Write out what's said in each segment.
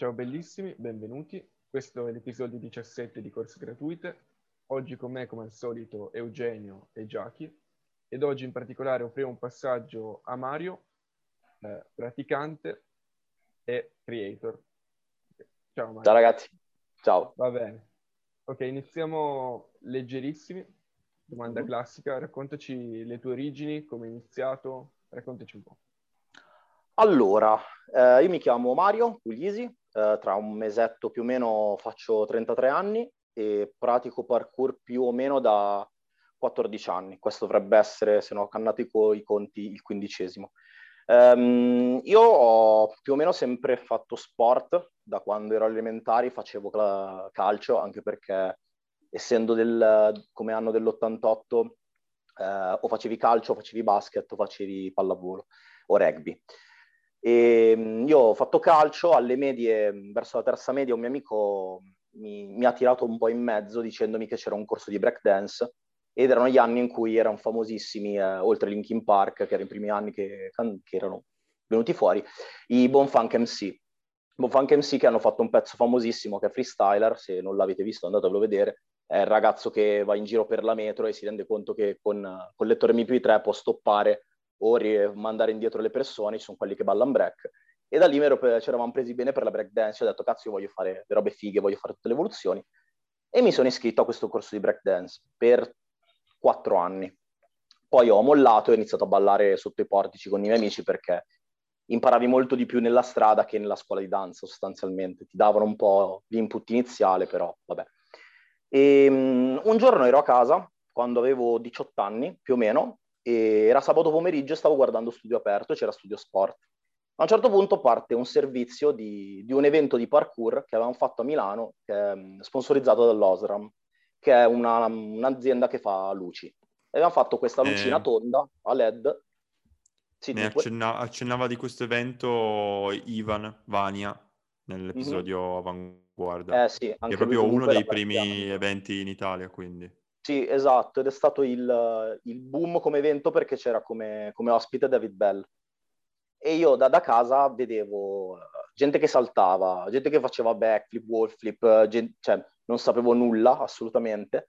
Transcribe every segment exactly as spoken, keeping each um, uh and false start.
Ciao bellissimi, benvenuti. Questo è l'episodio diciassette di Corse Gratuite. Oggi con me, come al solito, Eugenio e Giachi. Ed oggi in particolare offriamo un passaggio a Mario, eh, praticante e creator. Ciao Ciao Mario. ragazzi, ciao. Va bene. Ok, iniziamo leggerissimi. Domanda Mhm. classica. Raccontaci le tue origini, come hai iniziato. Raccontaci un po'. Allora, eh, io mi chiamo Mario Puglisi, eh, tra un mesetto più o meno faccio trentatré anni e pratico parkour più o meno da quattordici anni. Questo dovrebbe essere, se non ho cannato i, co- i conti, il quindicesimo. Ehm, io ho più o meno sempre fatto sport, da quando ero elementari facevo cla- calcio, anche perché essendo del, come anno dell'ottantotto, eh, o facevi calcio, o facevi basket, o facevi pallavolo o rugby. E, mh, io ho fatto calcio, alle medie, mh, verso la terza media, un mio amico mi, mi ha tirato un po' in mezzo dicendomi che c'era un corso di breakdance ed erano gli anni in cui erano famosissimi, eh, oltre Linkin Park, che erano i primi anni che, che erano venuti fuori, i Bonfunk M C. Bonfunk M C che hanno fatto un pezzo famosissimo che è Freestyler, se non l'avete visto andatelo a vedere, è il ragazzo che va in giro per la metro e si rende conto che con, con il lettore M P tre può stoppare o mandare indietro le persone, ci sono quelli che ballano break. E da lì ci eravamo presi bene per la break dance, ho detto cazzo io voglio fare le robe fighe, voglio fare tutte le evoluzioni. E mi sono iscritto a questo corso di break dance per quattro anni. Poi ho mollato e ho iniziato a ballare sotto i portici con i miei amici perché imparavi molto di più nella strada che nella scuola di danza sostanzialmente. Ti davano un po' l'input iniziale, però vabbè. E, um, un giorno ero a casa, quando avevo diciotto anni, più o meno, e era sabato pomeriggio e stavo guardando Studio Aperto, c'era Studio Sport. A un certo punto parte un servizio di, di un evento di parkour che avevamo fatto a Milano, che è sponsorizzato dall'Osram, che è una, un'azienda che fa luci. Abbiamo fatto questa lucina Eh, tonda a L E D. Sì, ne tu pure? accenna- accennava di questo evento Ivan Vania Mhm. nell'episodio Avanguardia, Eh sì, che è anche lui proprio uno comunque da dei parecchi primi anni. eventi in Italia, quindi. Sì, esatto, ed è stato il, il boom come evento perché c'era come, come ospite David Bell. E io da, da casa vedevo eh, gente che saltava, gente che faceva backflip, wallflip, eh, gen- cioè non sapevo nulla assolutamente.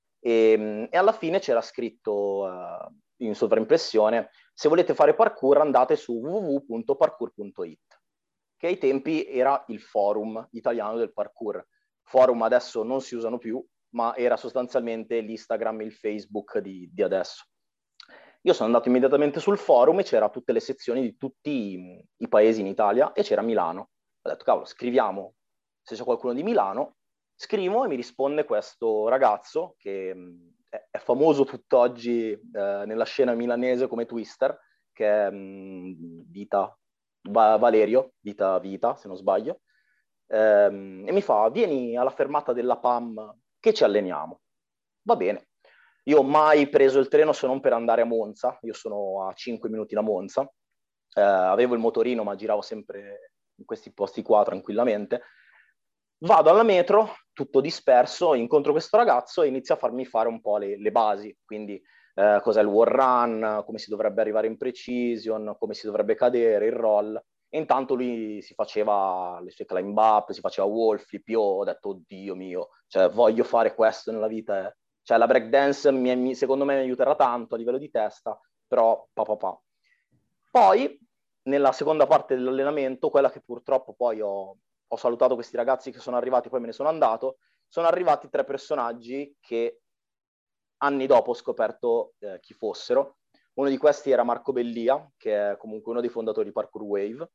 E, e alla fine c'era scritto eh, in sovraimpressione: se volete fare parkour andate su w w w punto parkour punto i t, che ai tempi era il forum italiano del parkour. Forum adesso non si usano più, ma era sostanzialmente l'Instagram e il Facebook di, di adesso. Io sono andato immediatamente sul forum e c'era tutte le sezioni di tutti i, i paesi in Italia e c'era Milano. Ho detto, cavolo, scriviamo se c'è qualcuno di Milano. Scrivo e mi risponde questo ragazzo che mh, è, è famoso tutt'oggi eh, nella scena milanese come Twister, che è mh, Vita, Va- Valerio, Vita Vita, se non sbaglio, ehm, e mi fa, vieni alla fermata della P A M che ci alleniamo. Va bene. Io ho mai preso il treno se non per andare a Monza, io sono a cinque minuti da Monza, eh, avevo il motorino ma giravo sempre in questi posti qua tranquillamente. Vado alla metro, tutto disperso, incontro questo ragazzo e inizia a farmi fare un po' le, le basi, quindi eh, cos'è il wall run, come si dovrebbe arrivare in precision, come si dovrebbe cadere, il roll. E intanto lui si faceva le sue climb up, si faceva wall flip. Io ho detto, oddio mio, cioè voglio fare questo nella vita. Eh. Cioè la breakdance mi, mi, secondo me mi aiuterà tanto a livello di testa, però pa, pa, pa. Poi, nella seconda parte dell'allenamento, quella che purtroppo poi ho, ho salutato questi ragazzi che sono arrivati, poi me ne sono andato, sono arrivati tre personaggi che anni dopo ho scoperto eh, chi fossero. Uno di questi era Marco Bellia, che è comunque uno dei fondatori di Parkour Wave,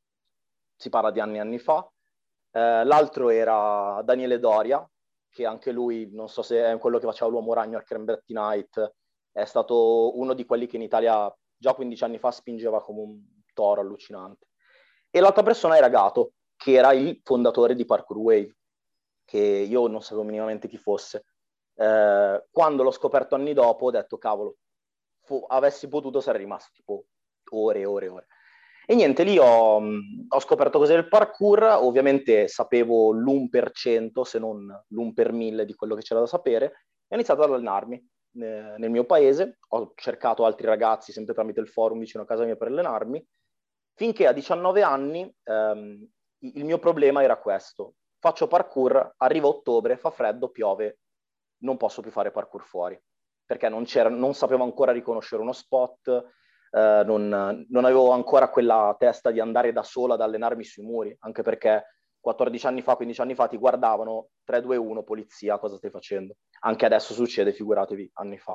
si parla di anni e anni fa. Eh, l'altro era Daniele Doria, che anche lui, non so se è quello che faceva l'uomo ragno al Cranberry Night, è stato uno di quelli che in Italia già quindici anni fa spingeva come un toro allucinante. E l'altra persona era Gato, che era il fondatore di Parkour Wave, che io non sapevo minimamente chi fosse. Eh, quando l'ho scoperto anni dopo ho detto, cavolo, fu, avessi potuto sarei rimasto tipo ore e ore e ore. E niente, lì ho, ho scoperto cos'era il parkour, ovviamente sapevo l'uno per cento, se non l'uno per mille di quello che c'era da sapere, e ho iniziato ad allenarmi eh, nel mio paese, ho cercato altri ragazzi sempre tramite il forum vicino a casa mia per allenarmi, finché a diciannove anni ehm, il mio problema era questo. Faccio parkour, arriva ottobre, fa freddo, piove, non posso più fare parkour fuori, perché non, c'era, non sapevo ancora riconoscere uno spot, eh, non, non avevo ancora quella testa di andare da sola ad allenarmi sui muri, anche perché quattordici anni fa, quindici anni fa ti guardavano tre due uno, polizia, cosa stai facendo? Anche adesso succede, figuratevi, anni fa.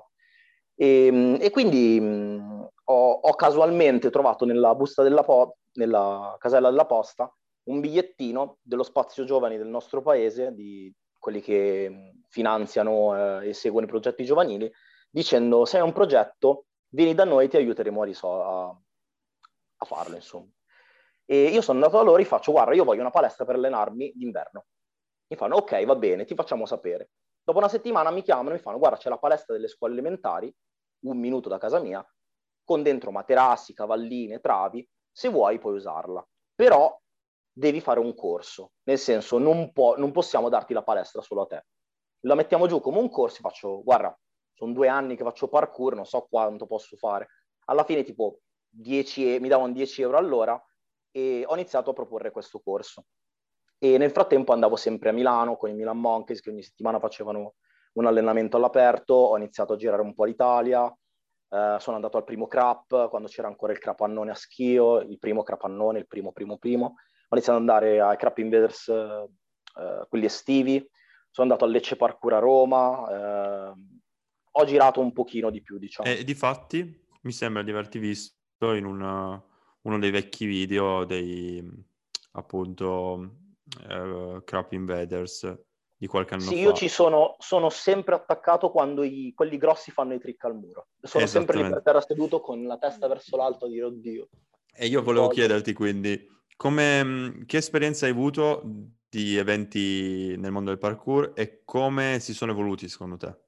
E, e quindi mh, ho, ho casualmente trovato nella busta della po- nella casella della posta un bigliettino dello Spazio Giovani del nostro paese, di quelli che finanziano eh, e seguono i progetti giovanili, dicendo: se hai un progetto, vieni da noi, ti aiuteremo a, risol- a, a farlo, insomma. E io sono andato da loro e faccio: guarda, io voglio una palestra per allenarmi d'inverno. Mi fanno: ok, va bene, ti facciamo sapere. Dopo una settimana mi chiamano e mi fanno: guarda, c'è la palestra delle scuole elementari, un minuto da casa mia, con dentro materassi, cavalline, travi, se vuoi puoi usarla. Però devi fare un corso, nel senso non, può, non possiamo darti la palestra solo a te. La mettiamo giù come un corso, faccio: guarda, sono due anni che faccio parkour, non so quanto posso fare. Alla fine tipo dieci, mi davano dieci euro all'ora e ho iniziato a proporre questo corso. E nel frattempo andavo sempre a Milano con i Milan Monkeys, che ogni settimana facevano un allenamento all'aperto. Ho iniziato a girare un po' l'Italia, eh, sono andato al primo crap, quando c'era ancora il crapannone a Schio, il primo crapannone, il primo primo primo. Ho iniziato ad andare ai Crap Invaders, eh, eh, quelli estivi. Sono andato al Lecce Parkour a Roma, eh, ho girato un pochino di più, diciamo. E difatti mi sembra di averti visto in una, uno dei vecchi video dei, appunto, uh, Crap Invaders di qualche anno Sì, fa. io ci sono, sono sempre attaccato quando i, quelli grossi fanno i trick al muro. Sono sempre lì per terra seduto con la testa verso l'alto a dire: oddio. E io volevo cosa. chiederti quindi, come, che esperienza hai avuto di eventi nel mondo del parkour e come si sono evoluti secondo te?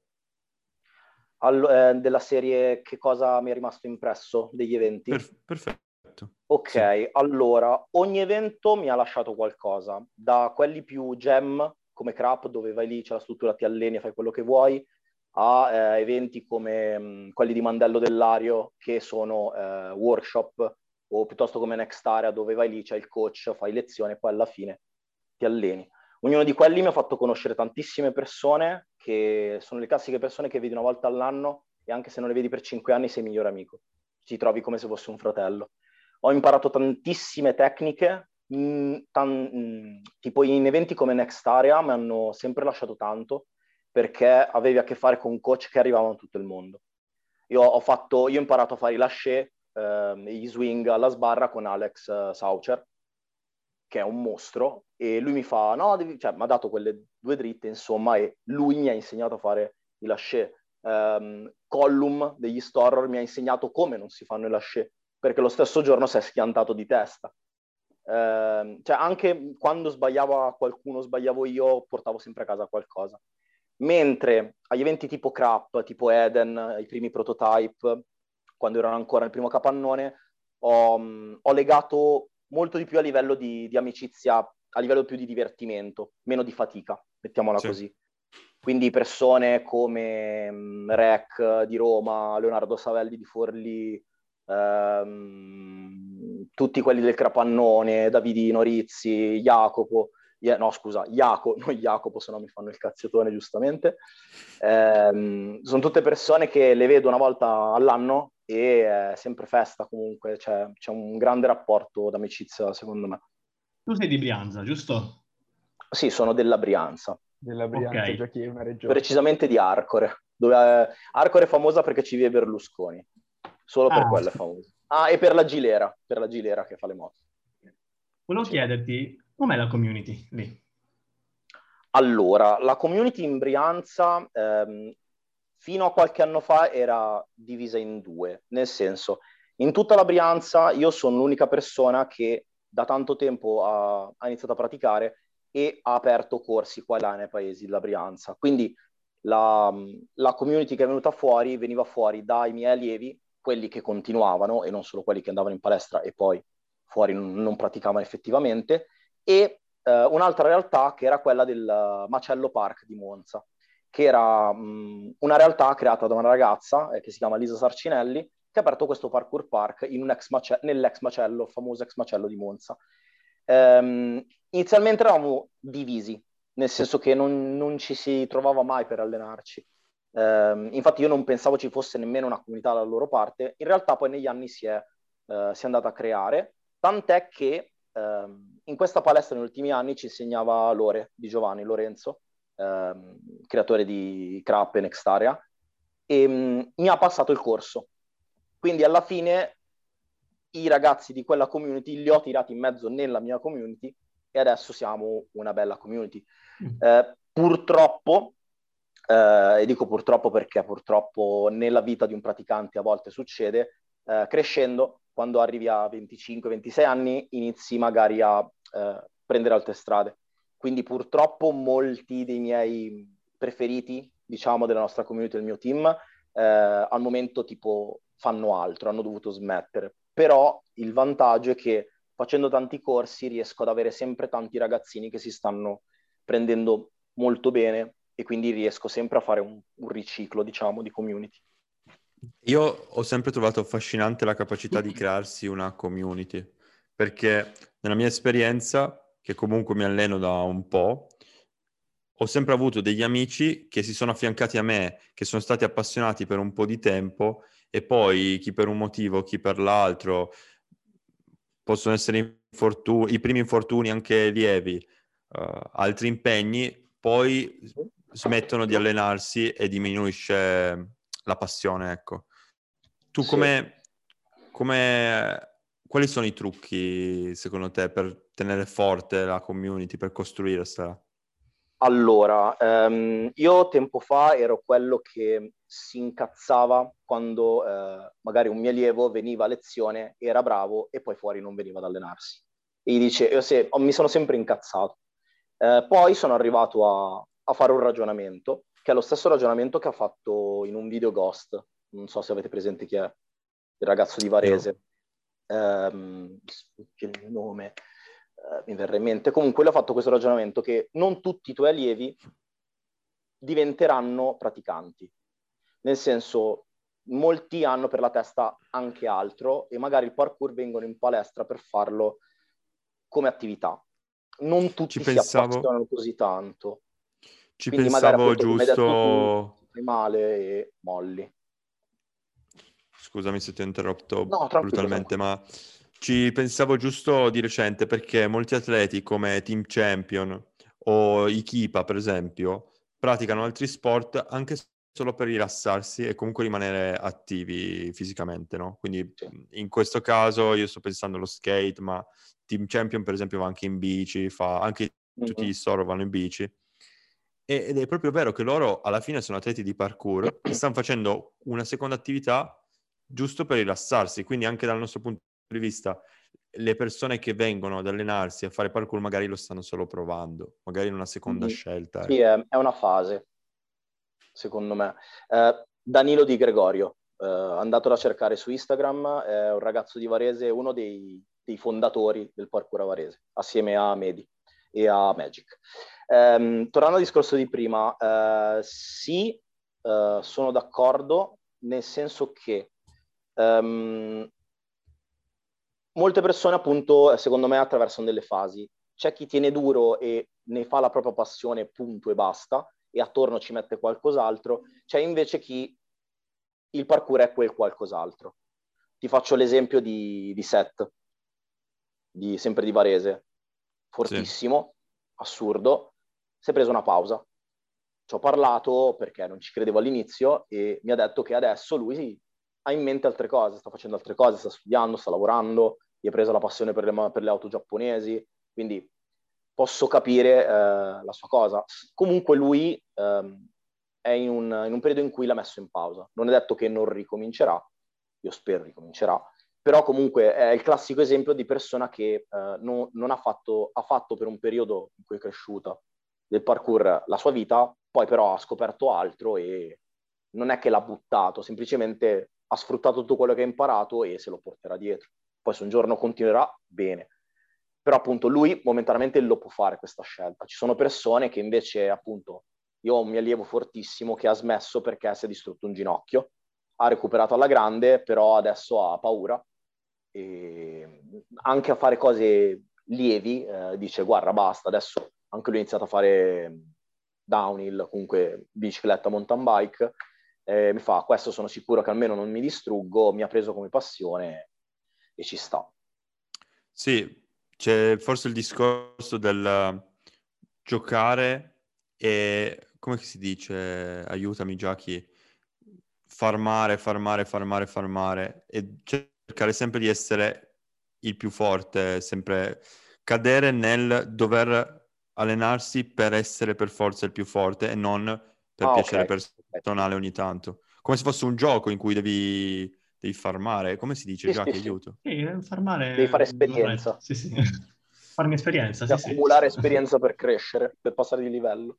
All- eh, della serie, che cosa mi è rimasto impresso degli eventi? Per- perfetto. Ok, sì. Allora, ogni evento mi ha lasciato qualcosa, da quelli più gem, come Crap, dove vai lì, c'è la struttura, ti alleni e fai quello che vuoi, a eh, eventi come mh, quelli di Mandello Dellario, che sono eh, workshop, o piuttosto come Next Area, dove vai lì, c'è il coach, fai lezione e poi alla fine ti alleni. Ognuno di quelli mi ha fatto conoscere tantissime persone, che sono le classiche persone che vedi una volta all'anno e anche se non le vedi per cinque anni sei migliore amico. Ci trovi come se fosse un fratello. Ho imparato tantissime tecniche, mh, tan- mh, tipo in eventi come Next Area mi hanno sempre lasciato tanto, perché avevi a che fare con coach che arrivavano da tutto il mondo. Io ho, fatto, io ho imparato a fare i lâché, eh, gli swing alla sbarra con Alex uh, Saucher, che è un mostro, e lui mi fa, no, devi... cioè, mi ha dato quelle due dritte, insomma, e lui mi ha insegnato a fare i lâché. Um, Gollum degli Storror mi ha insegnato come non si fanno i lâché, perché lo stesso giorno si è schiantato di testa. Uh, cioè, anche quando sbagliava qualcuno, sbagliavo io, portavo sempre a casa qualcosa. Mentre agli eventi tipo Crap, tipo Eden, i primi prototype, quando erano ancora nel primo capannone, ho, ho legato molto di più a livello di, di amicizia, a livello più di divertimento, meno di fatica, mettiamola sì. così. Quindi persone come um, Rec di Roma, Leonardo Savelli di Forlì, ehm, tutti quelli del Crapannone, Davidino, Rizzi, Jacopo, no scusa, Iaco, non Jacopo, se no mi fanno il cazziatone giustamente. Ehm, sono tutte persone che le vedo una volta all'anno e è sempre festa comunque, cioè, c'è un grande rapporto d'amicizia secondo me. Tu sei di Brianza, giusto? Sì, sono della Brianza. Della Brianza, okay. Già che è una regione. Precisamente di Arcore, dove è... Arcore è famosa perché ci vive Berlusconi, solo ah. per quello è famosa. Ah, e per la Gilera, per la Gilera che fa le moto. Volevo ci chiederti, va. Com'è la community lì? Allora, la community in Brianza ehm, fino a qualche anno fa era divisa in due, nel senso, in tutta la Brianza io sono l'unica persona che da tanto tempo ha, ha iniziato a praticare e ha aperto corsi qua e là nei paesi della Brianza. Quindi la, la community che è venuta fuori veniva fuori dai miei allievi, quelli che continuavano e non solo quelli che andavano in palestra e poi fuori non, non praticavano effettivamente, e Uh, un'altra realtà che era quella del uh, Macello Park di Monza, che era um, una realtà creata da una ragazza eh, che si chiama Lisa Sarcinelli, che ha aperto questo parkour park in un ex mace- nell'ex macello, famoso ex macello di Monza. Ehm, inizialmente eravamo divisi, nel senso che non, non ci si trovava mai per allenarci. Ehm, infatti io non pensavo ci fosse nemmeno una comunità dalla loro parte. In realtà poi negli anni si è, eh, si è andata a creare, tant'è che ehm, in questa palestra negli ultimi anni ci insegnava Lore, di Giovanni Lorenzo, ehm, creatore di Crap e Nextaria, e mh, mi ha passato il corso. Quindi alla fine i ragazzi di quella community li ho tirati in mezzo nella mia community e adesso siamo una bella community. Eh, purtroppo, eh, e dico purtroppo perché purtroppo nella vita di un praticante a volte succede, eh, crescendo, quando arrivi a venticinque ventisei anni, inizi magari a eh, prendere altre strade. Quindi purtroppo molti dei miei preferiti, diciamo, della nostra community, del mio team, eh, al momento tipo fanno altro, hanno dovuto smettere. Però il vantaggio è che facendo tanti corsi riesco ad avere sempre tanti ragazzini che si stanno prendendo molto bene e quindi riesco sempre a fare un, un riciclo, diciamo, di community. Io ho sempre trovato affascinante la capacità di crearsi una community, perché nella mia esperienza, che comunque mi alleno da un po', ho sempre avuto degli amici che si sono affiancati a me, che sono stati appassionati per un po' di tempo e poi chi per un motivo, chi per l'altro, possono essere infortuni, i primi infortuni anche lievi, uh, altri impegni, poi smettono di allenarsi e diminuisce la passione, ecco. Tu Sì. come, come, quali sono i trucchi, secondo te, per tenere forte la community, per costruire sta... Allora, ehm, io tempo fa ero quello che si incazzava quando eh, magari un mio allievo veniva a lezione, era bravo e poi fuori non veniva ad allenarsi. E gli dice, io se, oh, mi sono sempre incazzato. Eh, poi sono arrivato a, a fare un ragionamento, che è lo stesso ragionamento che ha fatto in un video Ghost. Non so se avete presente chi è, il ragazzo di Varese. Ehm, il nome eh, mi verrà in mente. Comunque lui ha fatto questo ragionamento che non tutti i tuoi allievi diventeranno praticanti. Nel senso, molti hanno per la testa anche altro e magari il parkour vengono in palestra per farlo come attività. Non tutti Ci si pensavo... appassionano così tanto. Ci Quindi magari pensavo appunto, come hai detto tu, giusto... fai male e molli. Scusami se ti ho interrotto No, tranquillo, brutalmente, tranquillo. ma ci pensavo giusto di recente perché molti atleti come Team Champion o i Kipa, per esempio, praticano altri sport anche solo per rilassarsi e comunque rimanere attivi fisicamente, no? Quindi Sì. in questo caso io sto pensando allo skate, ma Team Champion, per esempio, va anche in bici, fa anche tutti Mm-hmm. gli store vanno in bici. Ed è proprio vero che loro alla fine sono atleti di parkour e stanno facendo una seconda attività giusto per rilassarsi. Quindi anche dal nostro punto di vista le persone che vengono ad allenarsi a fare parkour magari lo stanno solo provando, magari in una seconda Mm-hmm. scelta. Sì, Ecco. è, è una fase, secondo me. Eh, Danilo Di Gregorio, eh, andatelo a cercare su Instagram, è un ragazzo di Varese, uno dei, dei fondatori del parkour a Varese, assieme a Medi e a Magic. Eh, tornando al discorso di prima, eh, sì, eh, sono d'accordo, nel senso che um, molte persone, appunto, secondo me, attraversano delle fasi. C'è chi tiene duro e ne fa la propria passione, punto e basta, e attorno ci mette qualcos'altro. C'è invece chi il parkour è quel qualcos'altro. Ti faccio l'esempio di, di Seth, di, sempre di Varese, Sì. fortissimo, assurdo, si è preso una pausa. Ci ho parlato perché non ci credevo all'inizio e mi ha detto che adesso lui ha in mente altre cose, sta facendo altre cose, sta studiando, sta lavorando, gli è presa la passione per le, per le auto giapponesi, quindi posso capire eh, la sua cosa. Comunque lui ehm, è in un, in un periodo in cui l'ha messo in pausa. Non è detto che non ricomincerà, io spero ricomincerà, però comunque è il classico esempio di persona che eh, non, non ha, fatto, ha fatto per un periodo in cui è cresciuta del parkour la sua vita, poi però ha scoperto altro e non è che l'ha buttato, semplicemente ha sfruttato tutto quello che ha imparato e se lo porterà dietro. Poi se un giorno continuerà, bene. Però appunto lui momentaneamente lo può fare questa scelta. Ci sono persone che invece appunto, io ho un mio allievo fortissimo che ha smesso perché si è distrutto un ginocchio, ha recuperato alla grande, però adesso ha paura e anche a fare cose lievi, eh, dice guarda basta, adesso anche lui ha iniziato a fare downhill, comunque bicicletta, mountain bike, eh, mi fa questo sono sicuro che almeno non mi distruggo, mi ha preso come passione e ci sta. Sì, c'è forse il discorso del giocare e, come si dice, aiutami Giachi, farmare, farmare, farmare, farmare e cercare sempre di essere il più forte, sempre cadere nel dover allenarsi per essere per forza il più forte e non per Ah, piacere ok. personale ogni tanto. Come se fosse un gioco in cui devi, devi farmare. Come si dice, Sì, sì, Giachi, sì. aiuto? Sì, Devi farmare fare vorrei. esperienza, Sì, sì. Farmi esperienza, devi sì, sì. accumulare esperienza per crescere, per passare di livello.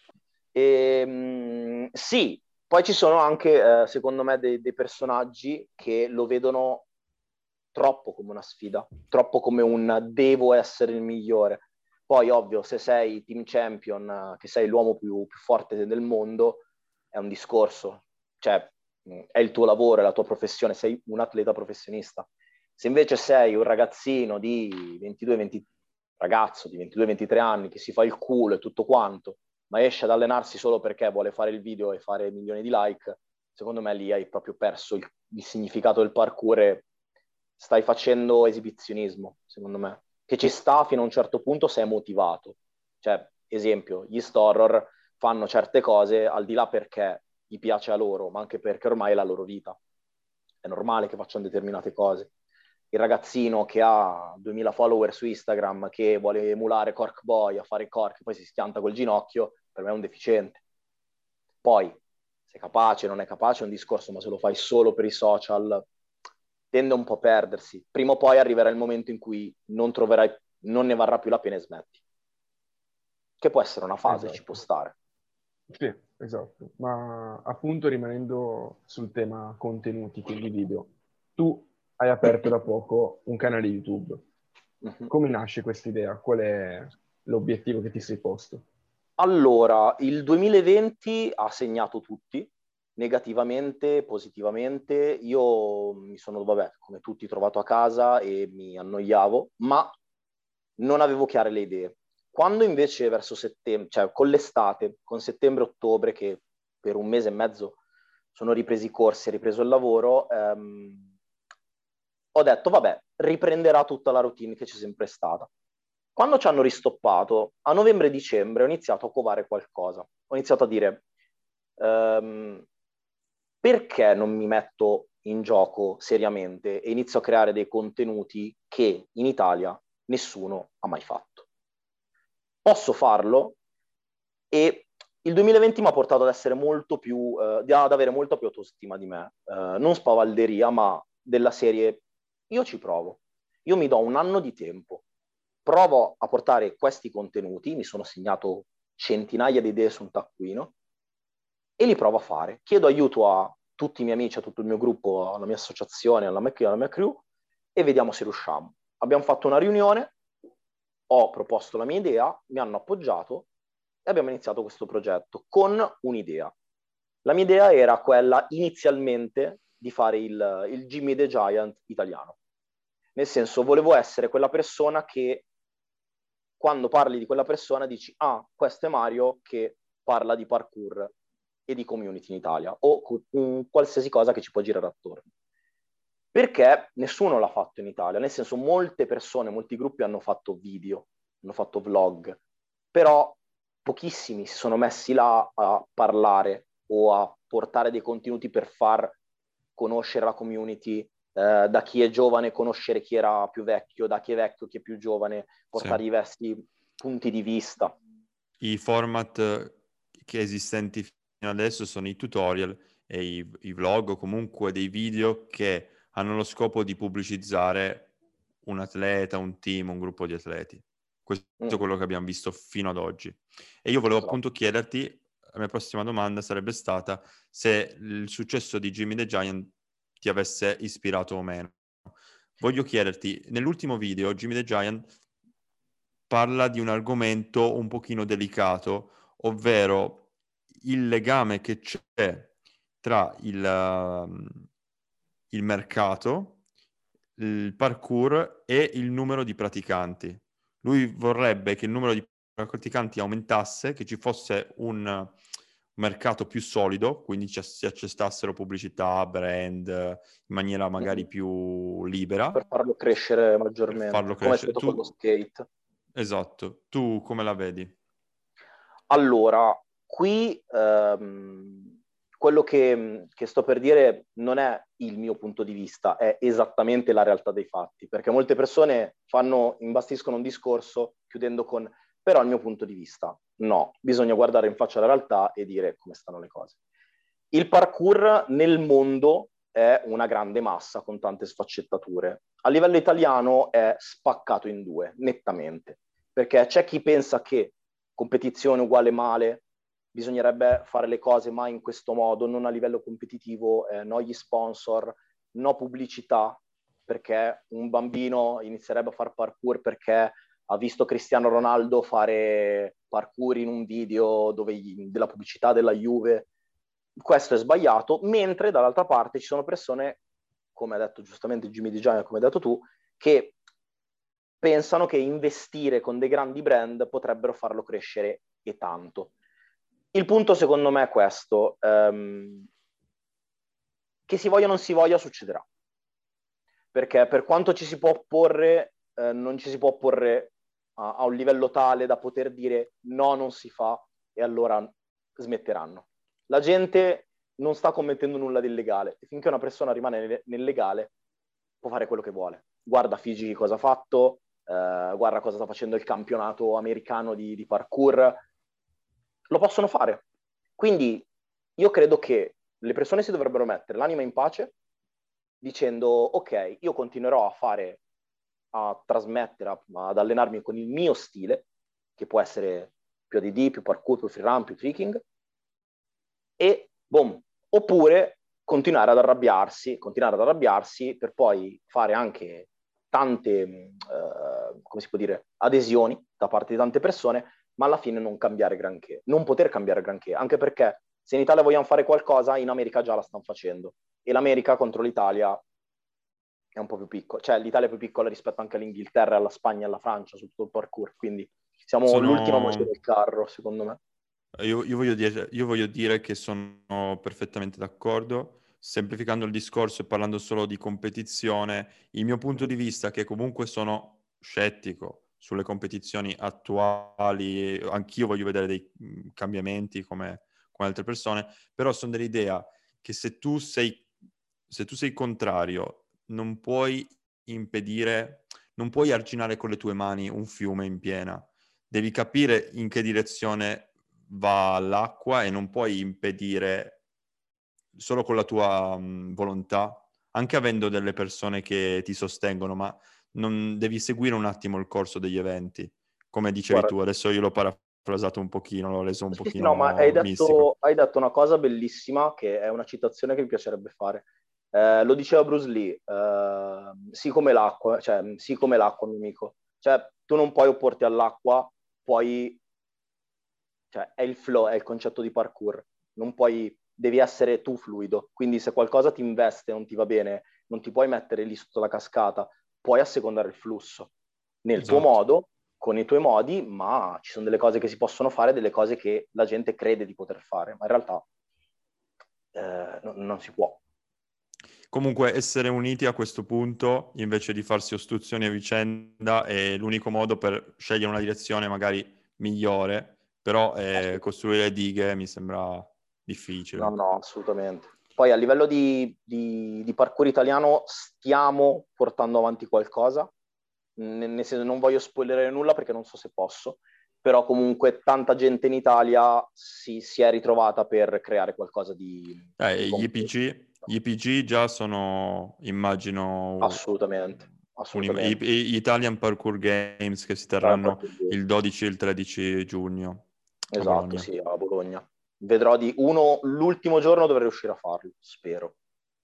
E, mh, sì, poi ci sono anche, eh, secondo me, dei, dei personaggi che lo vedono troppo come una sfida, troppo come un devo essere il migliore. Poi, ovvio, se sei team champion, eh, che sei l'uomo più, più forte del mondo, è un discorso. Cioè, mh, è il tuo lavoro, è la tua professione, sei un atleta professionista. Se invece sei un ragazzino di ventidue venti, ragazzo di ventidue ventitré anni che si fa il culo e tutto quanto, ma esce ad allenarsi solo perché vuole fare il video e fare milioni di like, secondo me lì hai proprio perso il, il significato del parkour e stai facendo esibizionismo, secondo me, che ci sta fino a un certo punto se è motivato. Cioè, esempio, gli horror fanno certe cose al di là perché gli piace a loro, ma anche perché ormai è la loro vita. È normale che facciano determinate cose. Il ragazzino che ha duemila follower su Instagram, che vuole emulare Cork Boy, a fare cork, poi si schianta col ginocchio, per me è un deficiente. Poi, se è capace, non è capace, è un discorso, ma se lo fai solo per i social, tende un po' a perdersi. Prima o poi arriverà il momento in cui non troverai, non ne varrà più la pena e smetti. Che può essere una fase, Esatto. ci può stare. Sì, esatto. Ma appunto rimanendo sul tema contenuti, quindi video, tu hai aperto da poco un canale YouTube. Mm-hmm. Come nasce questa idea? Qual è l'obiettivo che ti sei posto? Allora, il duemilaventi ha segnato tutti, negativamente, positivamente. Io mi sono, vabbè, come tutti, trovato a casa e mi annoiavo, ma non avevo chiare le idee. Quando invece verso settembre, cioè con l'estate, con settembre-ottobre, che per un mese e mezzo sono ripresi i corsi e ripreso il lavoro, ehm, ho detto, vabbè, riprenderà tutta la routine che c'è sempre stata. Quando ci hanno ristoppato, a novembre-dicembre ho iniziato a covare qualcosa. Ho iniziato a dire, ehm, perché non mi metto in gioco seriamente e inizio a creare dei contenuti che in Italia nessuno ha mai fatto? Posso farlo e il duemilaventi mi ha portato ad essere molto più, eh, ad avere molto più autostima di me, eh, non spavalderia, ma della serie, io ci provo, io mi do un anno di tempo, provo a portare questi contenuti, mi sono segnato centinaia di idee su un taccuino e li provo a fare. Chiedo aiuto a tutti i miei amici, a tutto il mio gruppo, alla mia associazione, alla mia, alla mia crew e vediamo se riusciamo. Abbiamo fatto una riunione, ho proposto la mia idea, mi hanno appoggiato e abbiamo iniziato questo progetto con un'idea. La mia idea era quella inizialmente di fare il, il Jimmy the Giant italiano. Nel senso, volevo essere quella persona che quando parli di quella persona dici ah, questo è Mario che parla di parkour e di community in Italia o um, qualsiasi cosa che ci può girare attorno. Perché nessuno l'ha fatto in Italia, nel senso molte persone, molti gruppi hanno fatto video, hanno fatto vlog, però pochissimi si sono messi là a parlare o a portare dei contenuti per far conoscere la community, eh, da chi è giovane conoscere chi era più vecchio, da chi è vecchio chi è più giovane, portare Sì. diversi punti di vista. I format che esistenti fino adesso sono i tutorial e i, i vlog o comunque dei video che hanno lo scopo di pubblicizzare un atleta, un team, un gruppo di atleti. Questo Mm. è quello che abbiamo visto fino ad oggi. E io volevo Esatto. appunto chiederti, la mia prossima domanda sarebbe stata se il successo di Jimmy the Giant ti avesse ispirato o meno. Voglio chiederti, nell'ultimo video Jimmy the Giant parla di un argomento un pochino delicato, ovvero il legame che c'è tra il, uh, il mercato, il parkour e il numero di praticanti. lui vorrebbe che il numero di praticanti aumentasse, che ci fosse un mercato più solido, quindi ci, si accestassero pubblicità, brand, in maniera magari Mm. più libera. Per farlo crescere Per maggiormente, farlo come è crescere. stato con Tu, lo skate. esatto. Tu come la vedi? Allora, qui ehm, quello che, che sto per dire non è il mio punto di vista, è esattamente la realtà dei fatti, perché molte persone fanno, imbastiscono un discorso chiudendo con però il mio punto di vista. No, bisogna guardare in faccia la realtà e dire come stanno le cose. Il parkour nel mondo è una grande massa con tante sfaccettature. A livello italiano è spaccato in due, nettamente, perché c'è chi pensa che competizione uguale male, bisognerebbe fare le cose mai in questo modo, non a livello competitivo, eh, no gli sponsor, no pubblicità, perché un bambino inizierebbe a fare parkour perché ha visto Cristiano Ronaldo fare parkour in un video dove gli, della pubblicità della Juve. Questo è sbagliato, mentre dall'altra parte ci sono persone, come ha detto giustamente Jimmy Design, come hai detto tu, che pensano che investire con dei grandi brand potrebbero farlo crescere e tanto. Il punto secondo me è questo, ehm, che si voglia o non si voglia succederà, perché per quanto ci si può opporre, eh, non ci si può opporre a, a un livello tale da poter dire no, non si fa e allora smetteranno. La gente non sta commettendo nulla di illegale e finché una persona rimane nel legale può fare quello che vuole. Guarda Figi cosa ha fatto, eh, guarda cosa sta facendo il campionato americano di, di parkour, lo possono fare. Quindi io credo che le persone si dovrebbero mettere l'anima in pace dicendo ok, io continuerò a fare, a trasmettere, a, ad allenarmi con il mio stile, che può essere più A D D, più parkour, più freerun, più tricking, e boom, oppure continuare ad arrabbiarsi, continuare ad arrabbiarsi per poi fare anche tante, eh, come si può dire, adesioni da parte di tante persone, ma alla fine non cambiare granché, non poter cambiare granché, anche perché se in Italia vogliamo fare qualcosa, in America già la stanno facendo, e l'America contro l'Italia è un po' più piccola, cioè l'Italia è più piccola rispetto anche all'Inghilterra, alla Spagna e alla Francia su tutto il parkour, quindi siamo l'ultima voce Sono... del carro, secondo me. Io, io voglio dire, io voglio dire che sono perfettamente d'accordo. Semplificando il discorso e parlando solo di competizione, il mio punto di vista è che comunque sono scettico sulle competizioni attuali, anch'io voglio vedere dei mh, cambiamenti come, come altre persone, però sono dell'idea che se tu sei, se tu sei contrario, non puoi impedire, non puoi arginare con le tue mani un fiume in piena. Devi capire in che direzione va all'acqua e non puoi impedire solo con la tua mh, volontà, anche avendo delle persone che ti sostengono, ma non devi seguire un attimo il corso degli eventi. Come dicevi Guarda, tu, adesso io l'ho parafrasato un pochino, l'ho reso un sì, sì, no, ma hai pochino detto, mistico. hai detto una cosa bellissima che è una citazione che mi piacerebbe fare. Eh, lo diceva Bruce Lee, eh, sì come l'acqua, cioè sì come l'acqua, mio amico. Cioè, tu non puoi opporti all'acqua, puoi, cioè, è il flow, è il concetto di parkour. Non puoi, devi essere tu fluido. Quindi se qualcosa ti investe, non ti va bene, non ti puoi mettere lì sotto la cascata, puoi assecondare il flusso nel tuo Esatto. modo, con i tuoi modi, ma ci sono delle cose che si possono fare, delle cose che la gente crede di poter fare, ma in realtà eh, non, non si può. Comunque essere uniti a questo punto, invece di farsi ostruzioni a vicenda, è l'unico modo per scegliere una direzione magari migliore, però eh, costruire dighe mi sembra difficile. No, no, assolutamente. Poi a livello di, di, di parkour italiano stiamo portando avanti qualcosa, nel, nel senso non voglio spoilerare nulla perché non so se posso, però comunque tanta gente in Italia si, si è ritrovata per creare qualcosa di, di Eh, gli concreto. I P G, gli I P G già sono, immagino, Assolutamente, un, i, assolutamente. i- Italian Parkour Games che si Italian terranno Parkour Games. il dodici e il tredici giugno a Esatto, Bologna. sì, a Bologna. Vedrò di uno, l'ultimo giorno dovrei riuscire a farlo, spero.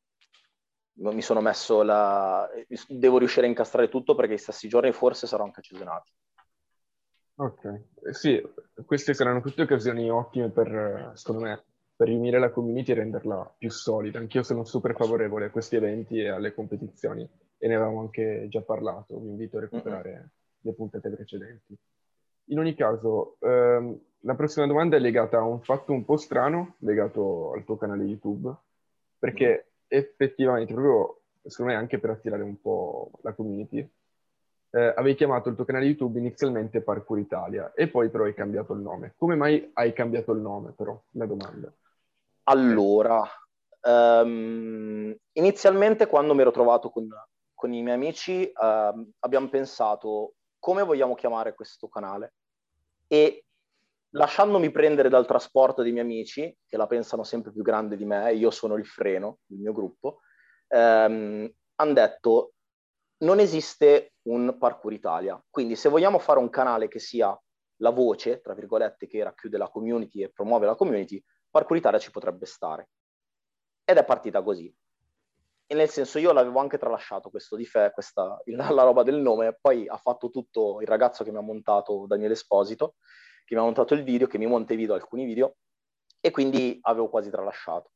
Mi sono messo la... Devo riuscire a incastrare tutto perché i stessi giorni forse sarò anche cesionati. Ok, Eh, sì, queste saranno tutte occasioni ottime per, eh, secondo me, per riunire la community e renderla più solida. Anch'io sono super Assolutamente. favorevole a questi eventi e alle competizioni e ne avevamo anche già parlato. Vi invito a Mm-mm. recuperare le puntate precedenti. In ogni caso, ehm, la prossima domanda è legata a un fatto un po' strano, legato al tuo canale YouTube, perché effettivamente, proprio, secondo me anche per attirare un po' la community, eh, avevi chiamato il tuo canale YouTube inizialmente Parkour Italia e poi però hai cambiato il nome. Come mai hai cambiato il nome, però? La domanda. Allora, ehm, inizialmente quando mi ero trovato con, con i miei amici, ehm, abbiamo pensato come vogliamo chiamare questo canale e lasciandomi prendere dal trasporto dei miei amici, che la pensano sempre più grande di me, io sono il freno, il mio gruppo, ehm, hanno detto non esiste un Parkour Italia, quindi se vogliamo fare un canale che sia la voce, tra virgolette, che racchiude la community e promuove la community, Parkour Italia ci potrebbe stare. Ed è partita così. E nel senso io l'avevo anche tralasciato questo di fe, questa, la roba del nome, poi ha fatto tutto il ragazzo che mi ha montato, Daniele Esposito, che mi ha montato il video, che mi monta i video, alcuni video, e quindi avevo quasi tralasciato.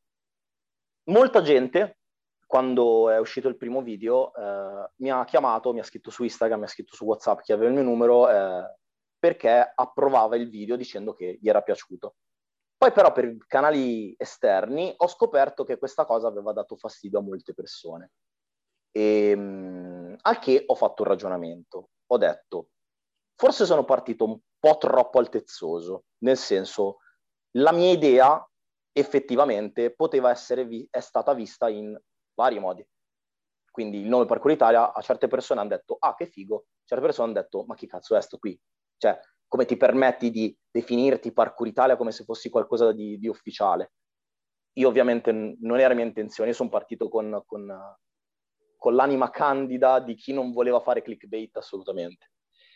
Molta gente, quando è uscito il primo video, eh, mi ha chiamato, mi ha scritto su Instagram, mi ha scritto su WhatsApp chi aveva il mio numero, eh, perché approvava il video dicendo che gli era piaciuto. Poi però per canali esterni ho scoperto che questa cosa aveva dato fastidio a molte persone. E, mh, al che ho fatto un ragionamento. Ho detto, forse sono partito un po' troppo altezzoso, nel senso, la mia idea effettivamente poteva essere vi- è stata vista in vari modi. Quindi il nome Parkour Italia, a certe persone hanno detto, ah che figo, a certe persone hanno detto, ma chi cazzo è sto qui? Cioè, come ti permetti di definirti Parkour Italia come se fossi qualcosa di, di ufficiale? Io ovviamente n- non era mia intenzione, io sono partito con, con, con l'anima candida di chi non voleva fare clickbait assolutamente.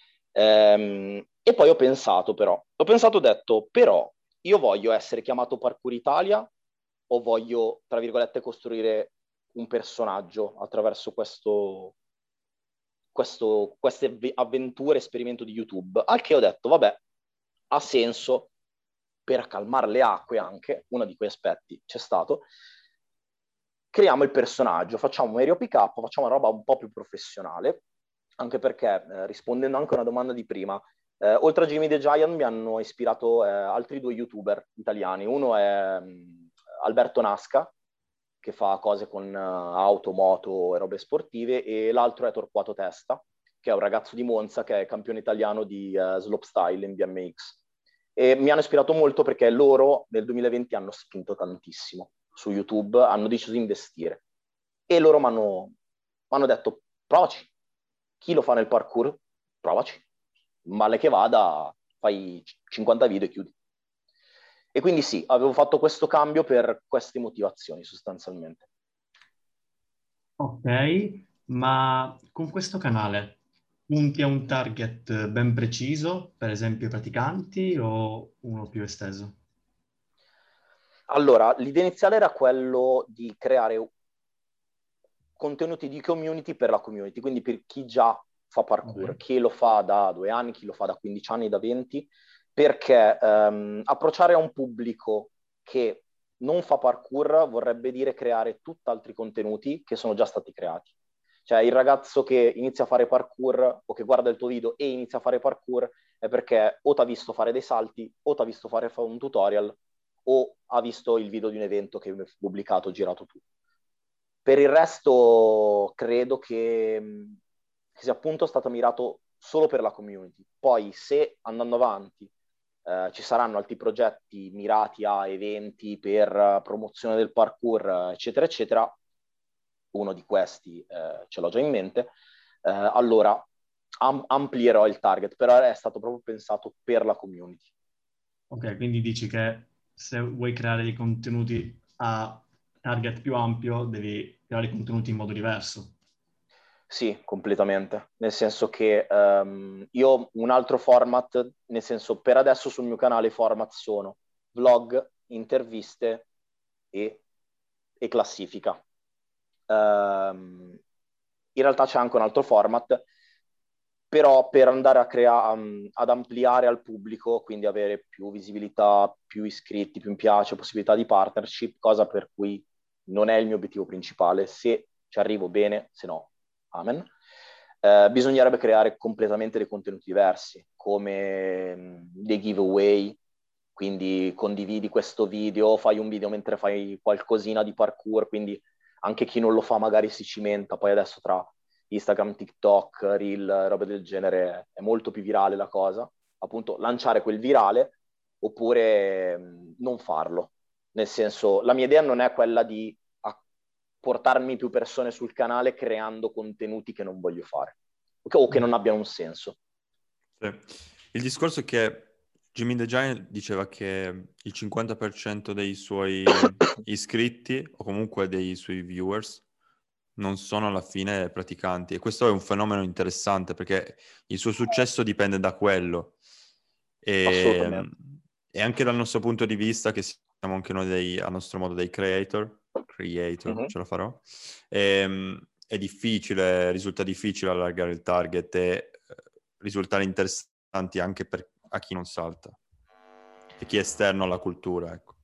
Ehm, e poi ho pensato però, ho pensato, ho detto, però io voglio essere chiamato Parkour Italia o voglio, tra virgolette, costruire un personaggio attraverso questo, questo, queste avventure, esperimento di YouTube? Al che ho detto, vabbè, ha senso, per calmare le acque anche, uno di quei aspetti c'è stato, creiamo il personaggio, facciamo un aereo pick up, facciamo una roba un po' più professionale, anche perché, eh, rispondendo anche a una domanda di prima, eh, oltre a Jimmy the Giant mi hanno ispirato eh, altri due youtuber italiani. Uno è mh, Alberto Nasca, che fa cose con uh, auto, moto e robe sportive, e l'altro è Torquato Testa, che è un ragazzo di Monza che è campione italiano di uh, slopestyle in B M X. E mi hanno ispirato molto perché loro nel duemilaventi hanno spinto tantissimo su YouTube, hanno deciso di investire. E loro mi hanno detto, provaci. Chi lo fa nel parkour? Provaci. Male che vada, fai cinquanta video e chiudi. E quindi sì, avevo fatto questo cambio per queste motivazioni sostanzialmente. Ok, ma con questo canale punti a un target ben preciso, per esempio i praticanti, o uno più esteso? Allora, l'idea iniziale era quello di creare contenuti di community per la community, quindi per chi già fa parkour, Ok. chi lo fa da due anni, chi lo fa da quindici anni, da venti, perché ehm, approcciare a un pubblico che non fa parkour vorrebbe dire creare tutt'altri contenuti che sono già stati creati. Cioè il ragazzo che inizia a fare parkour o che guarda il tuo video e inizia a fare parkour è perché o ti ha visto fare dei salti, o ti ha visto fare un tutorial, o ha visto il video di un evento che è pubblicato, girato tu. Per il resto credo che, che sia appunto stato mirato solo per la community. Poi se andando avanti eh, ci saranno altri progetti mirati a eventi per promozione del parkour, eccetera, eccetera, uno di questi eh, ce l'ho già in mente, eh, allora am- amplierò il target, però è stato proprio pensato per la community. Ok, quindi dici che se vuoi creare dei contenuti a target più ampio, devi creare i contenuti in modo diverso. Sì, completamente. Nel senso che um, io un altro format, nel senso per adesso sul mio canale i format sono vlog, interviste e, e classifica. Um, in realtà c'è anche un altro format, però per andare a crea- um, ad ampliare al pubblico, quindi avere più visibilità, più iscritti, più mi piace, possibilità di partnership, cosa per cui non è il mio obiettivo principale. Se ci arrivo bene, se no, amen. eh, bisognerebbe creare completamente dei contenuti diversi, come mh, dei giveaway, quindi condividi questo video, fai un video mentre fai qualcosina di parkour, quindi anche chi non lo fa magari si cimenta, poi adesso tra Instagram, TikTok, Reel, robe del genere è molto più virale la cosa, appunto lanciare quel virale oppure mh, non farlo, nel senso la mia idea non è quella di portarmi più persone sul canale creando contenuti che non voglio fare o che non abbiano un senso. Sì. Il discorso è che Jimmy the Giant diceva che il cinquanta per cento dei suoi iscritti o comunque dei suoi viewers non sono alla fine praticanti, e questo è un fenomeno interessante perché il suo successo dipende da quello e, e anche dal nostro punto di vista, che siamo anche noi dei, a nostro modo dei creator creator, mm-hmm. ce la farò, e, è difficile, risulta difficile allargare il target e risultare interessanti anche per a chi non salta e chi è esterno alla cultura, ecco.